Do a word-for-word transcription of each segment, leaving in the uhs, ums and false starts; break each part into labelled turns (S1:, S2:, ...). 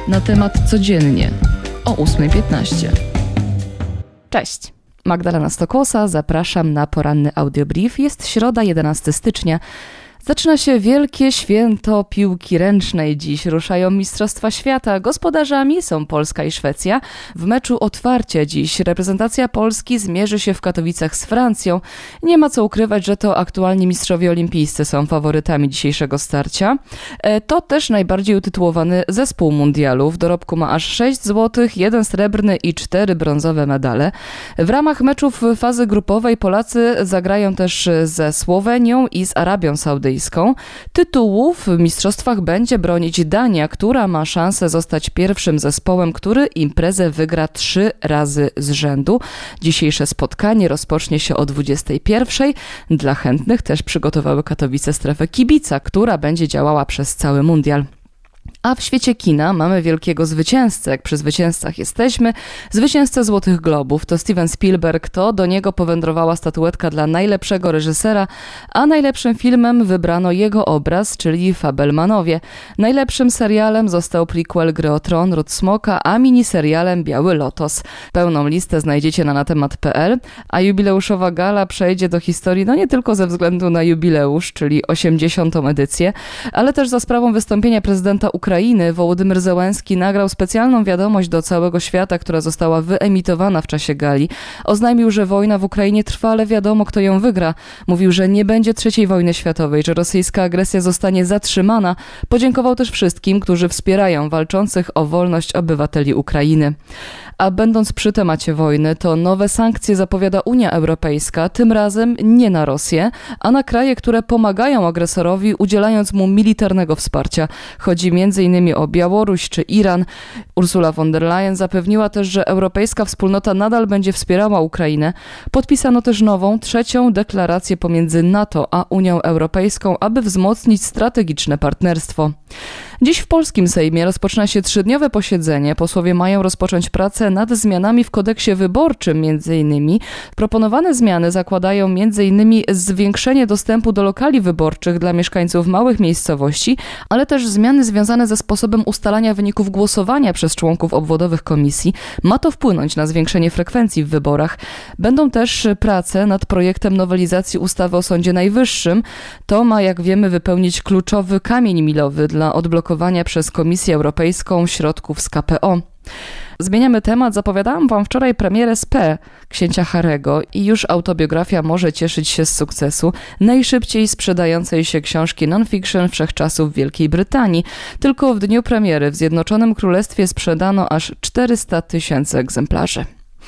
S1: Na temat codziennie o ósma piętnaście. Cześć, Magdalena Stokłosa, zapraszam na poranny audiobrief. Jest środa, jedenastego stycznia. Zaczyna się wielkie święto piłki ręcznej. Dziś ruszają Mistrzostwa Świata. Gospodarzami są Polska i Szwecja. W meczu otwarcia dziś reprezentacja Polski zmierzy się w Katowicach z Francją. Nie ma co ukrywać, że to aktualnie mistrzowie olimpijscy są faworytami dzisiejszego starcia. To też najbardziej utytułowany zespół mundialu. W dorobku ma aż sześć złotych, jeden srebrny i cztery brązowe medale. W ramach meczów fazy grupowej Polacy zagrają też ze Słowenią i z Arabią Saudyjską. Tytułów w mistrzostwach będzie bronić Dania, która ma szansę zostać pierwszym zespołem, który imprezę wygra trzy razy z rzędu. Dzisiejsze spotkanie rozpocznie się o dwudziestej pierwszej. Dla chętnych też przygotowały Katowice strefę kibica, która będzie działała przez cały mundial. A w świecie kina mamy wielkiego zwycięzcę, jak przy zwycięzcach jesteśmy. Zwycięzcę Złotych Globów to Steven Spielberg, to do niego powędrowała statuetka dla najlepszego reżysera, a najlepszym filmem wybrano jego obraz, czyli Fabelmanowie. Najlepszym serialem został prequel Gry o Tron, Ród Smoka, a miniserialem Biały Lotos. Pełną listę znajdziecie na natemat kropka pe el, a jubileuszowa gala przejdzie do historii no nie tylko ze względu na jubileusz, czyli osiemdziesiątą edycję, ale też za sprawą wystąpienia prezydenta Ukrainy. Wołodymyr Zełenski nagrał specjalną wiadomość do całego świata, która została wyemitowana w czasie gali. Oznajmił, że wojna w Ukrainie trwa, ale wiadomo, kto ją wygra. Mówił, że nie będzie trzeciej wojny światowej, że rosyjska agresja zostanie zatrzymana. Podziękował też wszystkim, którzy wspierają walczących o wolność obywateli Ukrainy. A będąc przy temacie wojny, to nowe sankcje zapowiada Unia Europejska, tym razem nie na Rosję, a na kraje, które pomagają agresorowi, udzielając mu militarnego wsparcia. Chodzi między innymi o Białoruś czy Iran. Ursula von der Leyen zapewniła też, że europejska wspólnota nadal będzie wspierała Ukrainę. Podpisano też nową, trzecią deklarację pomiędzy NATO a Unią Europejską, aby wzmocnić strategiczne partnerstwo. Dziś w polskim Sejmie rozpoczyna się trzydniowe posiedzenie. Posłowie mają rozpocząć pracę nad zmianami w kodeksie wyborczym między innymi. Proponowane zmiany zakładają między innymi zwiększenie dostępu do lokali wyborczych dla mieszkańców małych miejscowości, ale też zmiany związane ze sposobem ustalania wyników głosowania przez członków obwodowych komisji. Ma to wpłynąć na zwiększenie frekwencji w wyborach. Będą też prace nad projektem nowelizacji ustawy o Sądzie Najwyższym. To ma, jak wiemy, wypełnić kluczowy kamień milowy dla odblokowania przez Komisję Europejską środków z ka pe o. Zmieniamy temat. Zapowiadałam wam wczoraj premierę Spee, księcia Harry'ego i już autobiografia może cieszyć się z sukcesu najszybciej sprzedającej się książki non-fiction wszechczasów w Wielkiej Brytanii. Tylko w dniu premiery w Zjednoczonym Królestwie sprzedano aż czterysta tysięcy egzemplarzy.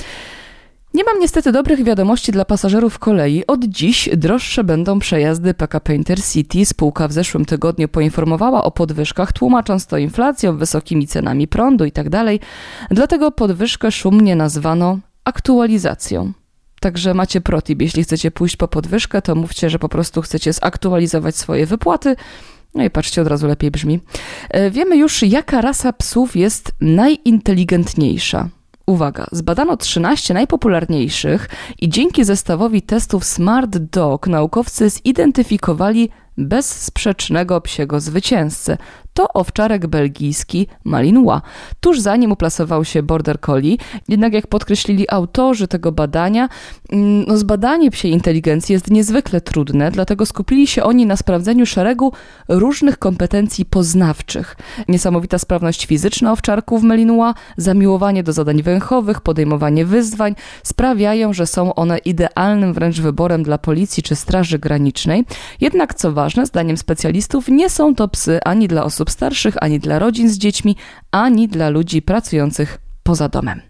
S1: Nie mam niestety dobrych wiadomości dla pasażerów kolei. Od dziś droższe będą przejazdy P K P Intercity. Spółka w zeszłym tygodniu poinformowała o podwyżkach, tłumacząc to inflacją, wysokimi cenami prądu itd. Dlatego podwyżkę szumnie nazwano aktualizacją. Także macie protip, jeśli chcecie pójść po podwyżkę, to mówcie, że po prostu chcecie zaktualizować swoje wypłaty. No i patrzcie, od razu lepiej brzmi. Wiemy już, jaka rasa psów jest najinteligentniejsza. Uwaga, zbadano trzynaście najpopularniejszych i dzięki zestawowi testów Smart Dog naukowcy zidentyfikowali bezsprzecznego psiego zwycięzcę. To owczarek belgijski Malinois. Tuż za nim uplasował się Border Collie. Jednak jak podkreślili autorzy tego badania, no zbadanie psiej inteligencji jest niezwykle trudne, dlatego skupili się oni na sprawdzeniu szeregu różnych kompetencji poznawczych. Niesamowita sprawność fizyczna owczarków Malinois, zamiłowanie do zadań węchowych, podejmowanie wyzwań sprawiają, że są one idealnym wręcz wyborem dla policji czy straży granicznej. Jednak co ważne, zdaniem specjalistów nie są to psy ani dla osób starszych, ani dla rodzin z dziećmi, ani dla ludzi pracujących poza domem.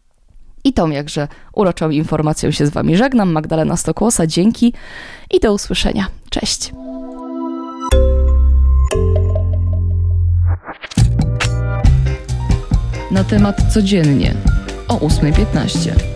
S1: I tą jakże uroczą informacją się z wami żegnam. Magdalena Stokłosa, dzięki i do usłyszenia. Cześć! Na temat codziennie o ósma piętnaście.